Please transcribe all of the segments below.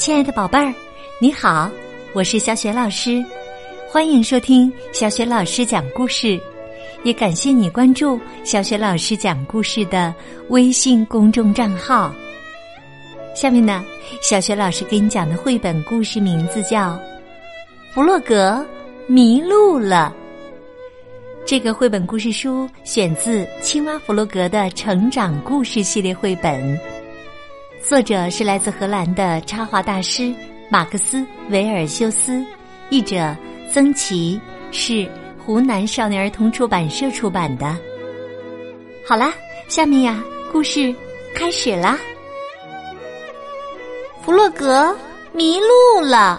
亲爱的宝贝儿，你好，我是小雪老师，欢迎收听小雪老师讲故事，也感谢你关注小雪老师讲故事的微信公众账号。下面呢，小雪老师给你讲的绘本故事名字叫《弗洛格迷路了》。这个绘本故事书选自青蛙弗洛格的成长故事系列绘本，作者是来自荷兰的插画大师马克思·维尔修斯，译者曾琦，是湖南少年儿童出版社出版的。好啦，下面呀，故事开始啦。弗洛格迷路了。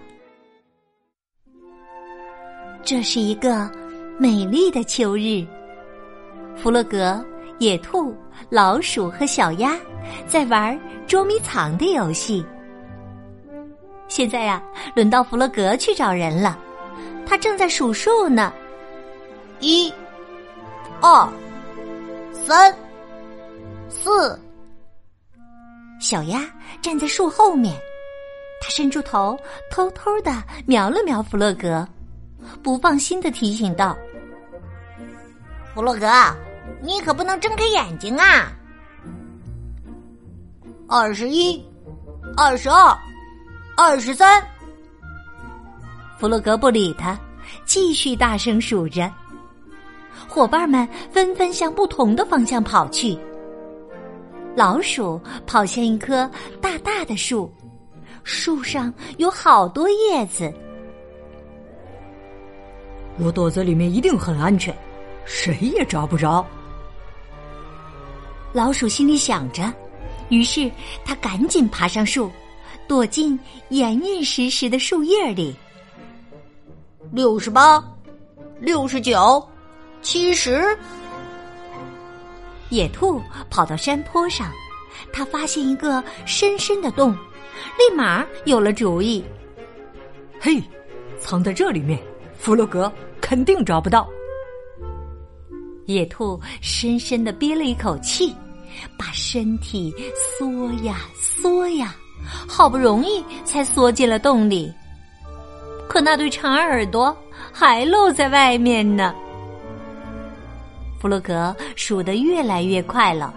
这是一个美丽的秋日，弗洛格、野兔、老鼠和小鸭在玩捉迷藏的游戏。现在呀，轮到弗洛格去找人了，他正在数数呢。1、2、3、4。小鸭站在树后面，他伸出头，偷偷地瞄了瞄弗洛格，不放心地提醒道：“ 弗洛格，你可不能睁开眼睛啊！21、22、23。” 弗洛格不理他，继续大声数着。伙伴们纷纷向不同的方向跑去。老鼠跑向一棵大大的树，树上有好多叶子。 我躲在里面一定很安全，谁也找不着。 老鼠心里想着，于是他赶紧爬上树，躲进严严实实的树叶里。 68、69、70。 野兔跑到山坡上，他发现一个深深的洞，立马有了主意。 嘿，藏在这里面，弗洛格肯定找不到。 野兔深深地憋了一口气，把身体缩呀缩呀，好不容易才缩进了洞里。可那对长耳朵还露在外面呢。弗洛格数得越来越快了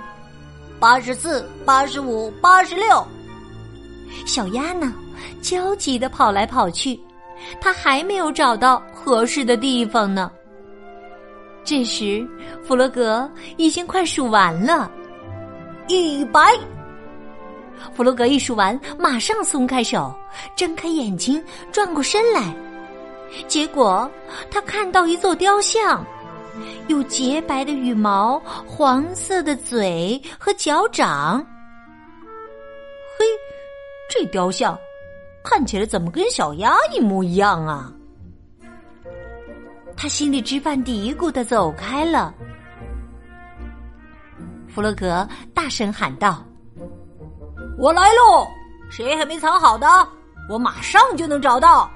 ，84、85、86。 小鸭呢，焦急地跑来跑去，它还没有找到合适的地方呢。这时，弗洛格已经快数完了 ，100。 弗洛格一数完，马上松开手，睁开眼睛，转过身来。结果，他看到一座雕像，有洁白的羽毛、黄色的嘴和脚掌。 嘿，这雕像看起来怎么跟小鸭一模一样啊？ 他心里直犯嘀咕地走开了。弗洛格大声喊道：“ 我来喽！谁还没藏好的？我马上就能找到。”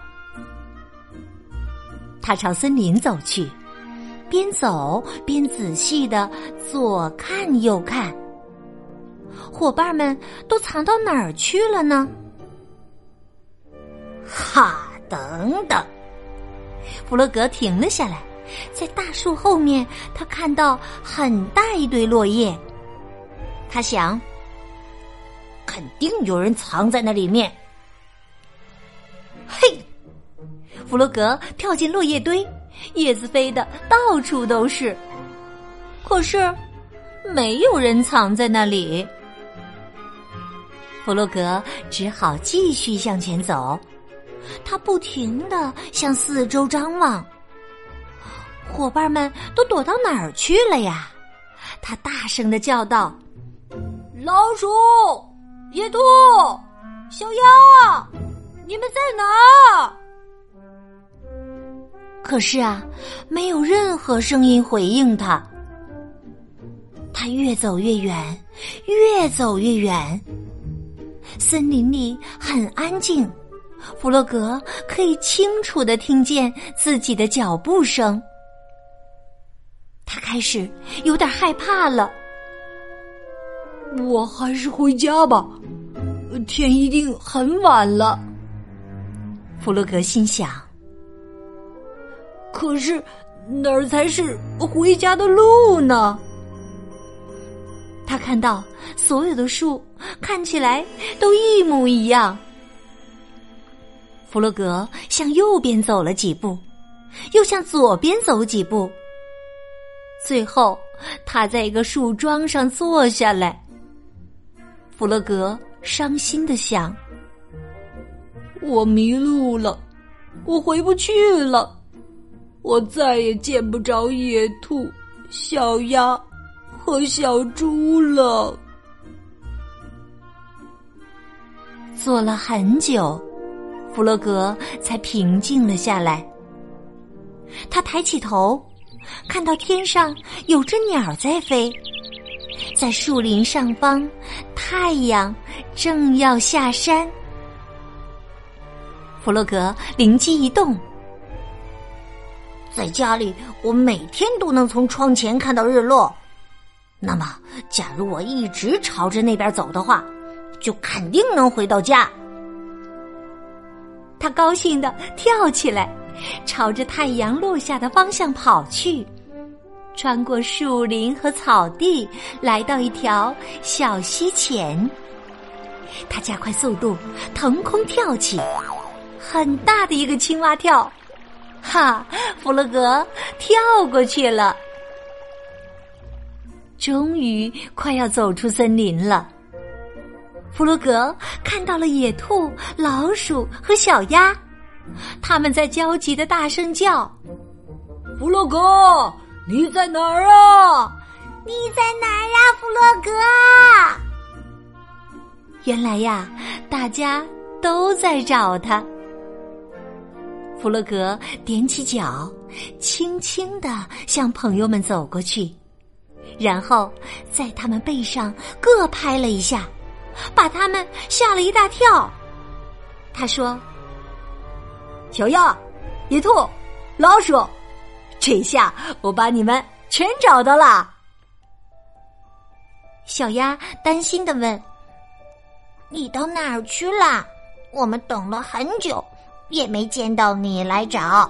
他朝森林走去，边走边仔细地左看右看。伙伴们都藏到哪儿去了呢？ 哈，等等！ 弗洛格停了下来，在大树后面，他看到很大一堆落叶。他想， 肯定有人藏在那里面。嘿！ 弗洛格跳进落叶堆，叶子飞得到处都是，可是没有人藏在那里。弗洛格只好继续向前走，他不停地向四周张望。伙伴们都躲到哪儿去了呀？他大声地叫道：“ 老鼠、野兔、小鸭，你们在哪儿？” 可是啊，没有任何声音回应他。他越走越远，越走越远。森林里很安静，弗洛格可以清楚地听见自己的脚步声。他开始有点害怕了。 我还是回家吧， 天一定很晚了。 弗洛格心想。 可是哪儿才是回家的路呢？ 他看到所有的树看起来都一模一样。弗洛格向右边走了几步，又向左边走几步，最后他在一个树桩上坐下来。弗洛格伤心地想： 我迷路了，我回不去了，我再也见不着野兔、小鸭和小猪了。 坐了很久，弗洛格才平静了下来。他抬起头，看到天上有只鸟在飞，在树林上方，太阳正要下山。弗洛格灵机一动， 在家里我每天都能从窗前看到日落，那么假如我一直朝着那边走的话，就肯定能回到家。 他高兴地跳起来，朝着太阳落下的方向跑去，穿过树林和草地，来到一条小溪前。他加快速度，腾空跳起，很大的一个青蛙跳，哈，弗洛格跳过去了。终于快要走出森林了。弗洛格看到了野兔、老鼠和小鸭，他们在焦急地大声叫： 弗洛格，你在哪儿啊？ 你在哪儿呀，弗洛格？ 原来呀，大家都在找他。弗洛格踮起脚，轻轻地向朋友们走过去，然后在他们背上各拍了一下，把他们吓了一大跳。他说： 小鸭、野兔、老鼠，这下我把你们全找到了。 小鸭担心地问： 你到哪儿去了？我们等了很久，也没见到你来找。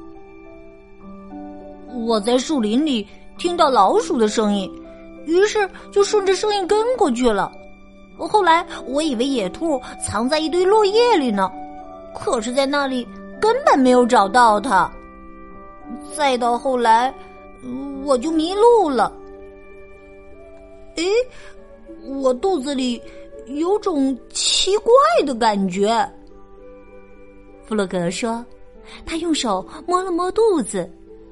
我在树林里听到老鼠的声音，于是就顺着声音跟过去了。后来我以为野兔藏在一堆落叶里呢，可是在那里根本没有找到它。再到后来，我就迷路了。诶，我肚子里有种奇怪的感觉。 弗洛格说，他用手摸了摸肚子。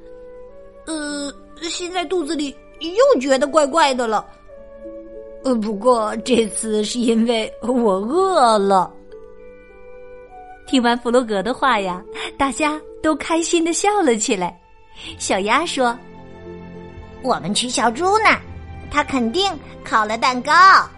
现在肚子里又觉得怪怪的了。不过这次是因为我饿了。 听完弗洛格的话呀，大家都开心地笑了起来。小鸭说： 我们去小猪那儿，他肯定烤了蛋糕。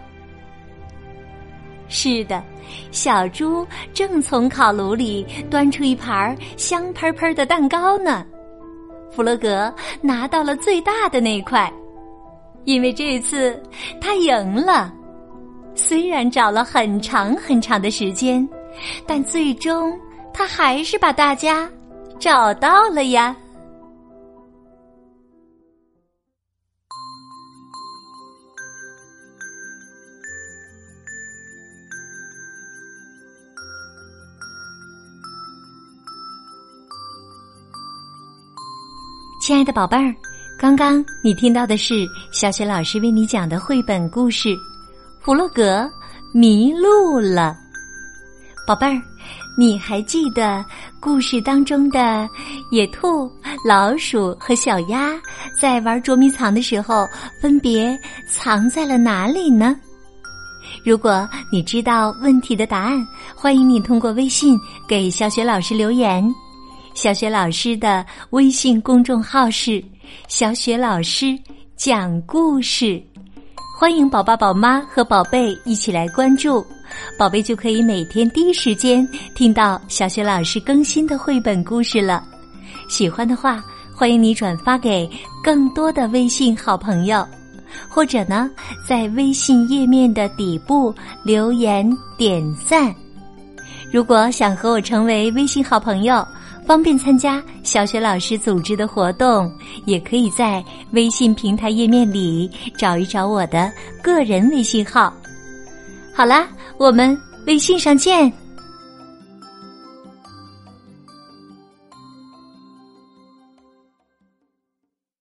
是的，小猪正从烤炉里端出一盘香喷喷的蛋糕呢。弗洛格拿到了最大的那块，因为这次他赢了。虽然找了很长很长的时间，但最终他还是把大家找到了呀。亲爱的宝贝儿，刚刚你听到的是小雪老师为你讲的绘本故事《弗洛格迷路了》。宝贝儿，你还记得故事当中的野兔、老鼠和小鸭在玩捉迷藏的时候分别藏在了哪里呢？如果你知道问题的答案，欢迎你通过微信给小雪老师留言。小雪老师的微信公众号是小雪老师讲故事，欢迎宝爸宝妈和宝贝一起来关注，宝贝就可以每天第一时间听到小雪老师更新的绘本故事了。喜欢的话，欢迎你转发给更多的微信好朋友。 或者呢，在微信页面的底部留言点赞。如果想和我成为微信好朋友，方便参加小雪老师组织的活动，也可以在微信平台页面里找一找我的个人微信号。好啦，我们微信上见。